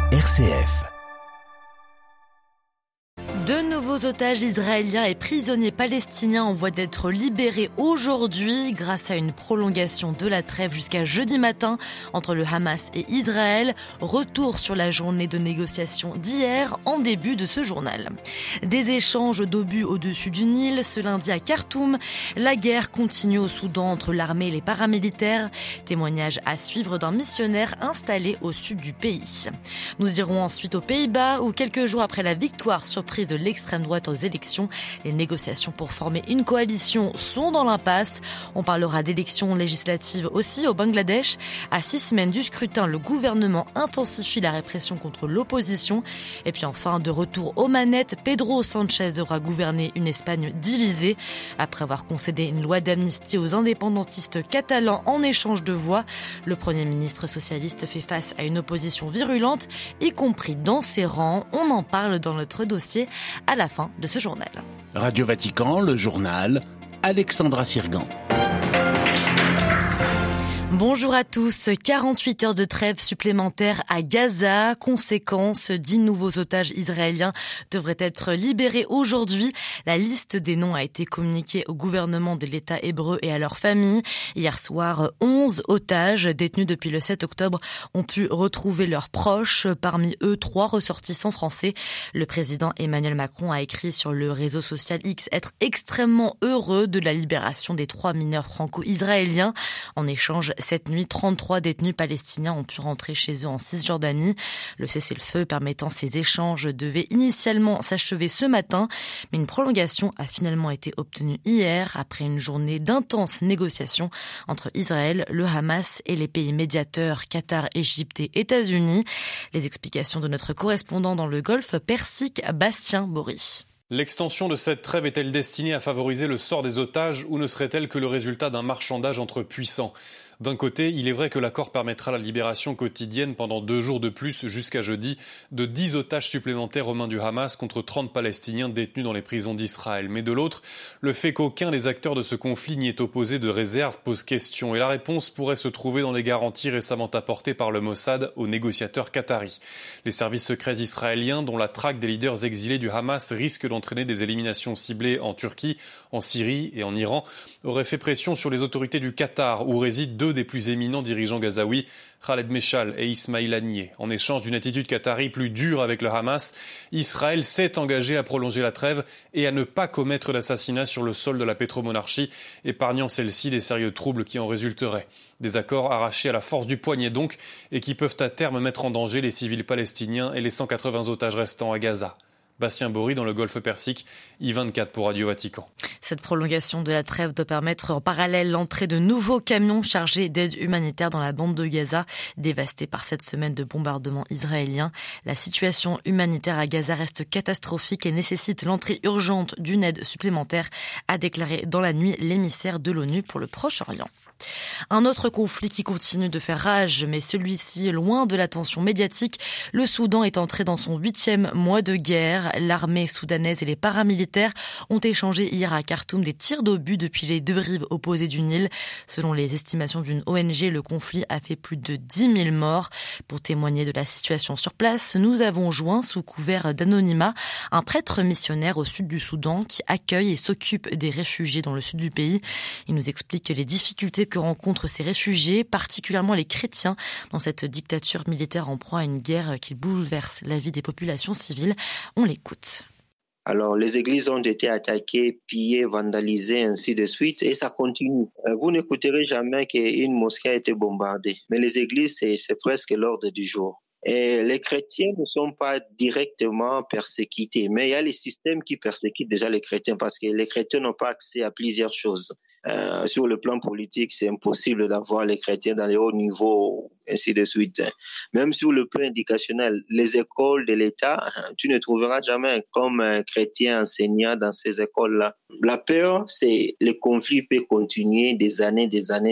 RCF. De nouveaux otages israéliens et prisonniers palestiniens en voie d'être libérés aujourd'hui grâce à une prolongation de la trêve jusqu'à jeudi matin entre le Hamas et Israël. Retour sur la journée de négociation d'hier en début de ce journal. Des échanges d'obus au-dessus du Nil ce lundi à Khartoum. La guerre continue au Soudan entre l'armée et les paramilitaires. Témoignage à suivre d'un missionnaire installé au sud du pays. Nous irons ensuite aux Pays-Bas où quelques jours après la victoire surprise de l'extrême droite aux élections, les négociations pour former une coalition sont dans l'impasse. On parlera d'élections législatives aussi au Bangladesh. À 6 semaines du scrutin, le gouvernement intensifie la répression contre l'opposition. Et puis enfin, de retour aux manettes, Pedro Sanchez devra gouverner une Espagne divisée. Après avoir concédé une loi d'amnistie aux indépendantistes catalans en échange de voix, le Premier ministre socialiste fait face à une opposition virulente, y compris dans ses rangs. On en parle dans notre dossier à la fin de ce journal. Radio Vatican, le journal, Alexandra Sirgan. Bonjour à tous. 48 heures de trêve supplémentaire à Gaza. Conséquence, 10 nouveaux otages israéliens devraient être libérés aujourd'hui. La liste des noms a été communiquée au gouvernement de l'État hébreu et à leurs familles. Hier soir, 11 otages détenus depuis le 7 octobre ont pu retrouver leurs proches. Parmi eux, 3 ressortissants français. Le président Emmanuel Macron a écrit sur le réseau social X être extrêmement heureux de la libération des 3 mineurs franco-israéliens. En échange, cette nuit, 33 détenus palestiniens ont pu rentrer chez eux en Cisjordanie. Le cessez-le-feu permettant ces échanges devait initialement s'achever ce matin, mais une prolongation a finalement été obtenue hier après une journée d'intenses négociations entre Israël, le Hamas et les pays médiateurs Qatar, Égypte et États-Unis. Les explications de notre correspondant dans le Golfe Persique, Bastien Bory. L'extension de cette trêve est-elle destinée à favoriser le sort des otages ou ne serait-elle que le résultat d'un marchandage entre puissants ? D'un côté, il est vrai que l'accord permettra la libération quotidienne pendant 2 jours de plus jusqu'à jeudi de 10 otages supplémentaires aux mains du Hamas contre 30 Palestiniens détenus dans les prisons d'Israël. Mais de l'autre, le fait qu'aucun des acteurs de ce conflit n'y est opposé de réserve pose question et la réponse pourrait se trouver dans les garanties récemment apportées par le Mossad aux négociateurs qataris. Les services secrets israéliens, dont la traque des leaders exilés du Hamas risque d'entraîner des éliminations ciblées en Turquie, en Syrie et en Iran, auraient fait pression sur les autorités du Qatar où résident 2 des plus éminents dirigeants gazaouis, Khaled Meshal et Ismail Haniyeh. En échange d'une attitude qatari plus dure avec le Hamas, Israël s'est engagé à prolonger la trêve et à ne pas commettre d'assassinat sur le sol de la pétromonarchie, épargnant celle-ci des sérieux troubles qui en résulteraient. Des accords arrachés à la force du poignet donc, et qui peuvent à terme mettre en danger les civils palestiniens et les 180 otages restants à Gaza. Bastien Bory dans le Golfe Persique, I24 pour Radio Vatican. Cette prolongation de la trêve doit permettre en parallèle l'entrée de nouveaux camions chargés d'aide humanitaire dans la bande de Gaza, dévastée par cette semaine de bombardements israéliens. La situation humanitaire à Gaza reste catastrophique et nécessite l'entrée urgente d'une aide supplémentaire, a déclaré dans la nuit l'émissaire de l'ONU pour le Proche-Orient. Un autre conflit qui continue de faire rage, mais celui-ci loin de l'attention médiatique. Le Soudan est entré dans son 8e mois de guerre. L'armée soudanaise et les paramilitaires ont échangé hier à Khartoum des tirs d'obus depuis les 2 rives opposées du Nil. Selon les estimations d'une ONG, le conflit a fait plus de 10 000 morts. Pour témoigner de la situation sur place, nous avons joint sous couvert d'anonymat un prêtre missionnaire au sud du Soudan qui accueille et s'occupe des réfugiés dans le sud du pays. Il nous explique les difficultés que rencontrent ces réfugiés, particulièrement les chrétiens, dans cette dictature militaire en proie à une guerre qui bouleverse la vie des populations civiles. On l'écoute. Alors, les églises ont été attaquées, pillées, vandalisées, ainsi de suite, et ça continue. Vous n'écouterez jamais qu'une mosquée a été bombardée, mais les églises, c'est presque l'ordre du jour. Et les chrétiens ne sont pas directement persécutés, mais il y a les systèmes qui persécutent déjà les chrétiens parce que les chrétiens n'ont pas accès à plusieurs choses. Sur le plan politique, c'est impossible d'avoir les chrétiens dans les hauts niveaux, ainsi de suite. Même sur le plan éducationnel, les écoles de l'État, tu ne trouveras jamais comme chrétien enseignant dans ces écoles-là. La peur, c'est le conflit peut continuer des années.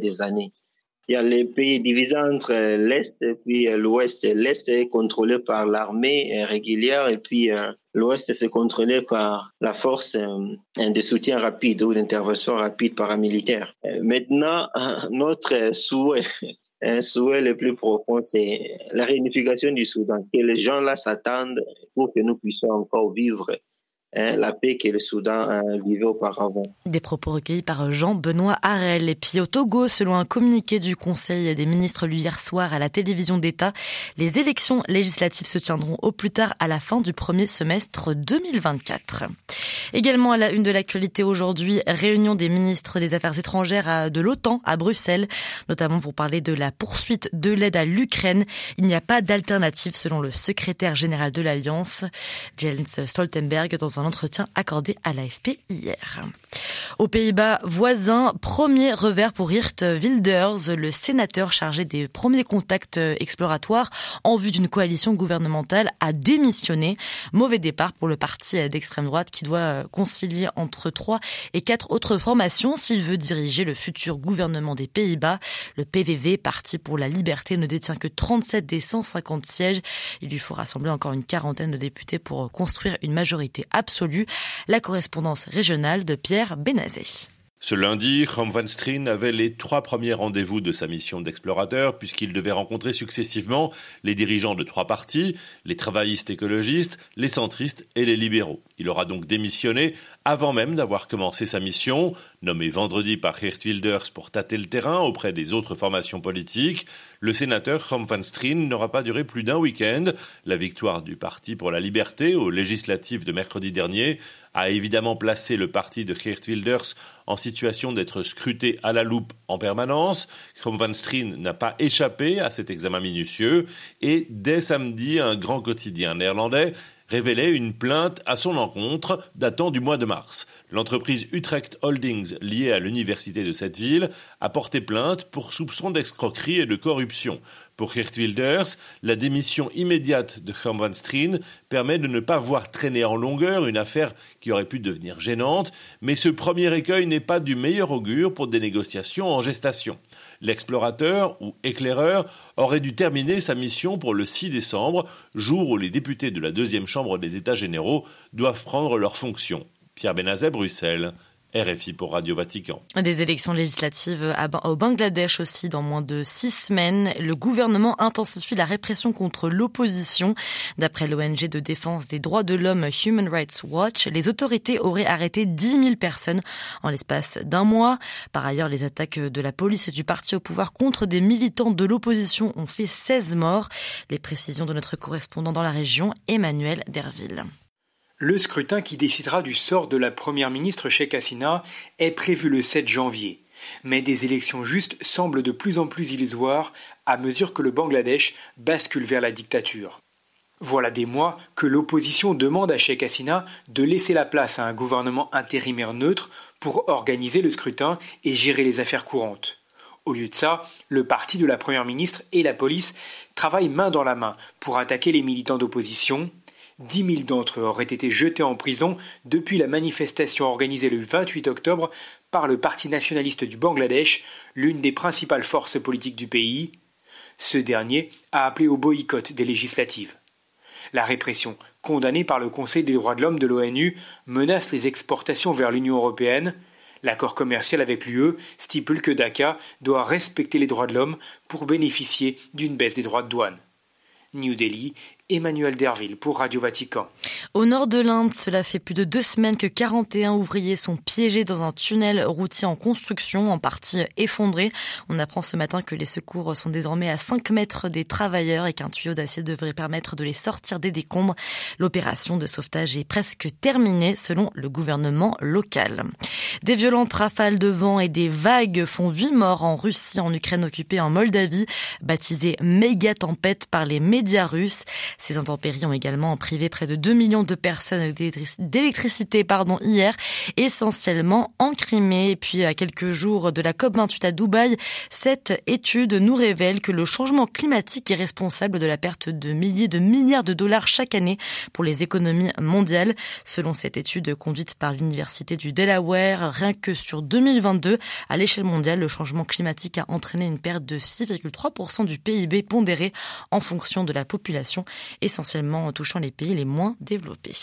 Il y a les pays divisés entre l'Est et puis l'Ouest. L'Est est contrôlé par l'armée régulière et puis l'Ouest c'est contrôlé par la force de soutien rapide ou d'intervention rapide paramilitaire. Maintenant, notre souhait Un souhait le plus profond, c'est la réunification du Soudan, que les gens là s'attendent pour que nous puissions encore vivre la paix que le Soudan vivait auparavant. Des propos recueillis par Jean-Benoît Harel. Et puis au Togo, selon un communiqué du Conseil des ministres lu hier soir à la télévision d'État, les élections législatives se tiendront au plus tard à la fin du premier semestre 2024. Également à la une de l'actualité aujourd'hui, réunion des ministres des Affaires étrangères de l'OTAN à Bruxelles, notamment pour parler de la poursuite de l'aide à l'Ukraine. Il n'y a pas d'alternative selon le secrétaire général de l'Alliance, Jens Stoltenberg, dans un entretien accordé à l'AFP hier. Aux Pays-Bas voisins, premier revers pour Geert Wilders, le sénateur chargé des premiers contacts exploratoires en vue d'une coalition gouvernementale, a démissionné. Mauvais départ pour le parti d'extrême droite qui doit concilier entre 3 et 4 autres formations s'il veut diriger le futur gouvernement des Pays-Bas. Le PVV, Parti pour la liberté, ne détient que 37 des 150 sièges. Il lui faut rassembler encore une quarantaine de députés pour construire une majorité absolue. La correspondance régionale de Pierre Benazet. Ce lundi, Rom Van Strien avait les 3 premiers rendez-vous de sa mission d'explorateur puisqu'il devait rencontrer successivement les dirigeants de 3 partis, les travaillistes écologistes, les centristes et les libéraux. Il aura donc démissionné avant même d'avoir commencé sa mission, nommé vendredi par Geert Wilders pour tâter le terrain auprès des autres formations politiques. Le sénateur Rom Van Strien n'aura pas duré plus d'un week-end. La victoire du Parti pour la liberté aux législatives de mercredi dernier a évidemment placé le parti de Geert Wilders en situation d'être scruté à la loupe en permanence. Rom Van Strien n'a pas échappé à cet examen minutieux et dès samedi, un grand quotidien néerlandais révélait une plainte à son encontre datant du mois de mars. L'entreprise Utrecht Holdings, liée à l'université de cette ville, a porté plainte pour soupçon d'escroquerie et de corruption. Pour Geert Wilders, la démission immédiate de Rom Van Strien permet de ne pas voir traîner en longueur une affaire qui aurait pu devenir gênante, mais ce premier écueil n'est pas du meilleur augure pour des négociations en gestation. L'explorateur, ou éclaireur, aurait dû terminer sa mission pour le 6 décembre, jour où les députés de la 2e chambre des États généraux doivent prendre leurs fonctions. Pierre Benazet, Bruxelles. RFI pour Radio Vatican. Des élections législatives au Bangladesh aussi dans moins de 6 semaines. Le gouvernement intensifie la répression contre l'opposition. D'après l'ONG de défense des droits de l'homme Human Rights Watch, les autorités auraient arrêté 10 000 personnes en l'espace d'un mois. Par ailleurs, les attaques de la police et du parti au pouvoir contre des militants de l'opposition ont fait 16 morts. Les précisions de notre correspondant dans la région, Emmanuel Derville. Le scrutin qui décidera du sort de la première ministre Sheikh Hasina est prévu le 7 janvier. Mais des élections justes semblent de plus en plus illusoires à mesure que le Bangladesh bascule vers la dictature. Voilà des mois que l'opposition demande à Sheikh Hasina de laisser la place à un gouvernement intérimaire neutre pour organiser le scrutin et gérer les affaires courantes. Au lieu de ça, le parti de la première ministre et la police travaillent main dans la main pour attaquer les militants d'opposition. 10 000 d'entre eux auraient été jetés en prison depuis la manifestation organisée le 28 octobre par le Parti nationaliste du Bangladesh, l'une des principales forces politiques du pays. Ce dernier a appelé au boycott des législatives. La répression, condamnée par le Conseil des droits de l'homme de l'ONU, menace les exportations vers l'Union européenne. L'accord commercial avec l'UE stipule que Dhaka doit respecter les droits de l'homme pour bénéficier d'une baisse des droits de douane. New Delhi, Emmanuel Derville pour Radio Vatican. Au nord de l'Inde, cela fait plus de 2 semaines que 41 ouvriers sont piégés dans un tunnel routier en construction, en partie effondré. On apprend ce matin que les secours sont désormais à 5 mètres des travailleurs et qu'un tuyau d'acier devrait permettre de les sortir des décombres. L'opération de sauvetage est presque terminée selon le gouvernement local. Des violentes rafales de vent et des vagues font 8 morts en Russie, en Ukraine occupée, en Moldavie, baptisée méga tempête par les médias russes. Ces intempéries ont également privé près de 2 millions de personnes d'électricité hier, essentiellement en Crimée. Et puis, à quelques jours de la COP28 à Dubaï, cette étude nous révèle que le changement climatique est responsable de la perte de milliers de milliards de dollars chaque année pour les économies mondiales. Selon cette étude conduite par l'Université du Delaware, rien que sur 2022, à l'échelle mondiale, le changement climatique a entraîné une perte de 6,3% du PIB pondéré en fonction de la population, essentiellement en touchant les pays les moins développés.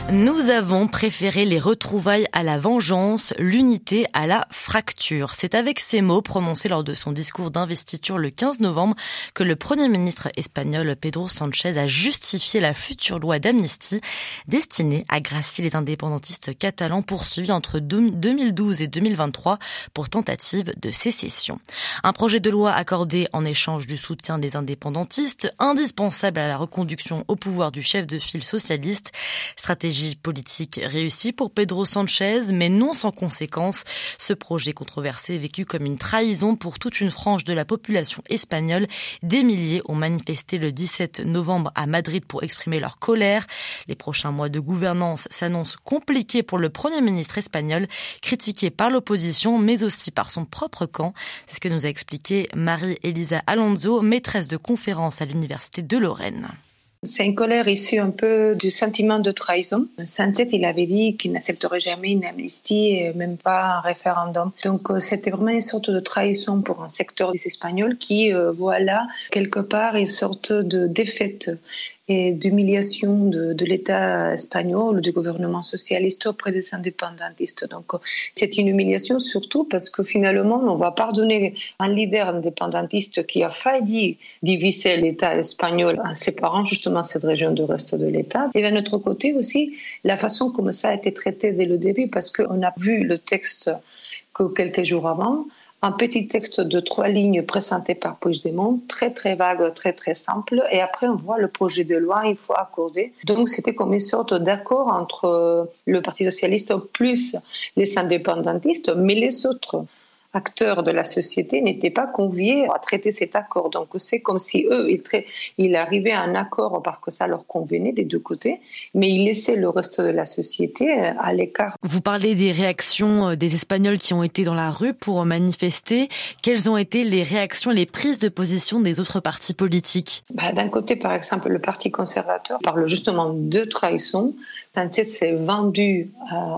Nous avons préféré les retrouvailles à la vengeance, l'unité à la fracture. C'est avec ces mots prononcés lors de son discours d'investiture le 15 novembre que le Premier ministre espagnol Pedro Sánchez a justifié la future loi d'amnistie destinée à gracier les indépendantistes catalans poursuivis entre 2012 et 2023 pour tentative de sécession. Un projet de loi accordé en échange du soutien des indépendantistes, indispensable à la reconduction au pouvoir du chef de file socialiste. Stratégie politique réussie pour Pedro Sánchez, mais non sans conséquences. Ce projet controversé est vécu comme une trahison pour toute une frange de la population espagnole. Des milliers ont manifesté le 17 novembre à Madrid pour exprimer leur colère. Les prochains mois de gouvernance s'annoncent compliqués pour le Premier ministre espagnol, critiqué par l'opposition, mais aussi par son propre camp. C'est ce que nous a expliqué Marie-Elisa Alonso, maîtresse de conférence à l'Université de Lorraine. C'est une colère issue un peu du sentiment de trahison. Sánchez, il avait dit qu'il n'accepterait jamais une amnistie et même pas un référendum. Donc c'était vraiment une sorte de trahison pour un secteur des Espagnols qui, voilà, quelque part, une sorte de défaite et d'humiliation de l'État espagnol, du gouvernement socialiste auprès des indépendantistes. Donc c'est une humiliation surtout parce que finalement on va pardonner un leader indépendantiste qui a failli diviser l'État espagnol en séparant justement cette région du reste de l'État. Et d'un autre côté aussi, la façon comme ça a été traité dès le début, parce qu'on a vu le texte que quelques jours avant, un petit texte de 3 lignes présenté par Puigdemont, très très vague, très très simple, et après on voit le projet de loi, il faut accorder. Donc c'était comme une sorte d'accord entre le Parti socialiste plus les indépendantistes, mais les autres acteurs de la société n'étaient pas conviés à traiter cet accord. Donc c'est comme si eux, ils arrivaient à un accord parce que ça leur convenait des deux côtés, mais ils laissaient le reste de la société à l'écart. Vous parlez des réactions des Espagnols qui ont été dans la rue pour manifester. Quelles ont été les réactions, les prises de position des autres partis politiques ? D'un côté, par exemple, le Parti conservateur parle justement de trahison. Sánchez s'est vendu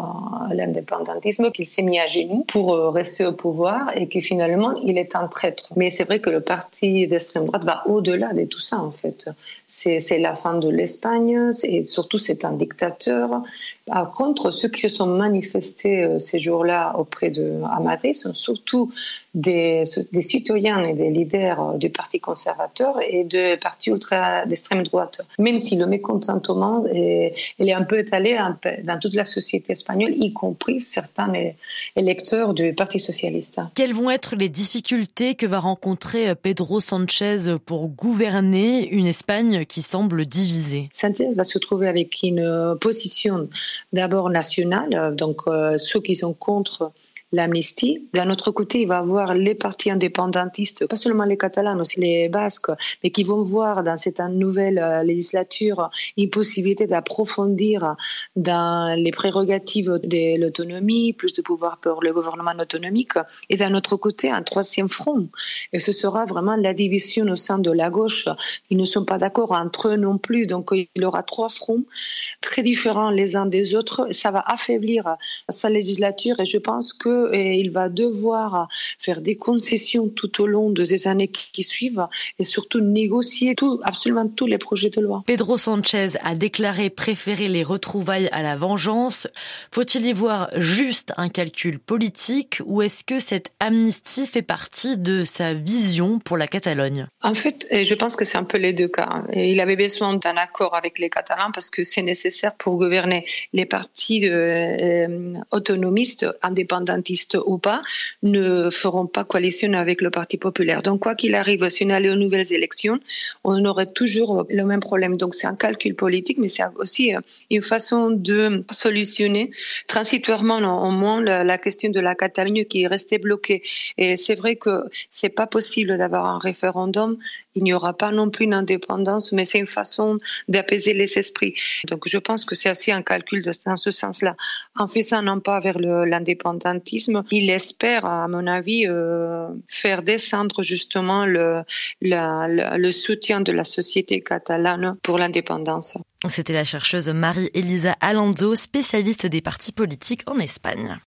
à l'indépendantisme, qu'il s'est mis à genoux pour rester au pouvoir et que finalement il est un traître. Mais c'est vrai que le parti d'extrême droite va au-delà de tout ça en fait. C'est la fin de l'Espagne et surtout c'est un dictateur. Par contre, ceux qui se sont manifestés ces jours-là à Madrid sont surtout des citoyens et des leaders du Parti conservateur et du Parti ultra d'extrême droite. Même si le mécontentement est un peu étalé dans toute la société espagnole, y compris certains électeurs du Parti socialiste. Quelles vont être les difficultés que va rencontrer Pedro Sánchez pour gouverner une Espagne qui semble divisée ? Sánchez va se trouver avec une position d'abord nationale, donc ceux qui sont contre l'amnistie. D'un autre côté, il va avoir les partis indépendantistes, pas seulement les Catalans, aussi les Basques, mais qui vont voir dans cette nouvelle législature une possibilité d'approfondir dans les prérogatives de l'autonomie, plus de pouvoir pour le gouvernement autonomique. Et d'un autre côté, un troisième front. Et ce sera vraiment la division au sein de la gauche. Ils ne sont pas d'accord entre eux non plus. Donc, il y aura 3 fronts très différents les uns des autres. Ça va affaiblir sa législature et je pense qu'il va devoir faire des concessions tout au long de ces années qui suivent et surtout négocier absolument tous les projets de loi. Pedro Sánchez a déclaré préférer les retrouvailles à la vengeance. Faut-il y voir juste un calcul politique ou est-ce que cette amnistie fait partie de sa vision pour la Catalogne ? En fait, je pense que c'est un peu les deux cas. Il avait besoin d'un accord avec les Catalans parce que c'est nécessaire pour gouverner. Les partis autonomistes, indépendantistes ou pas, ne feront pas coalition avec le Parti populaire. Donc, quoi qu'il arrive, si on allait aux nouvelles élections, on aurait toujours le même problème. Donc, c'est un calcul politique, mais c'est aussi une façon de solutionner transitoirement au moins la question de la Catalogne qui est restée bloquée. Et c'est vrai que c'est pas possible d'avoir un référendum. Il n'y aura pas non plus une indépendance, mais c'est une façon d'apaiser les esprits. Donc, je pense que c'est aussi un calcul dans ce sens-là. En faisant un pas vers l'indépendantisme, il espère, à mon avis, faire descendre justement le soutien de la société catalane pour l'indépendance. C'était la chercheuse Marie-Elisa Alonso, spécialiste des partis politiques en Espagne.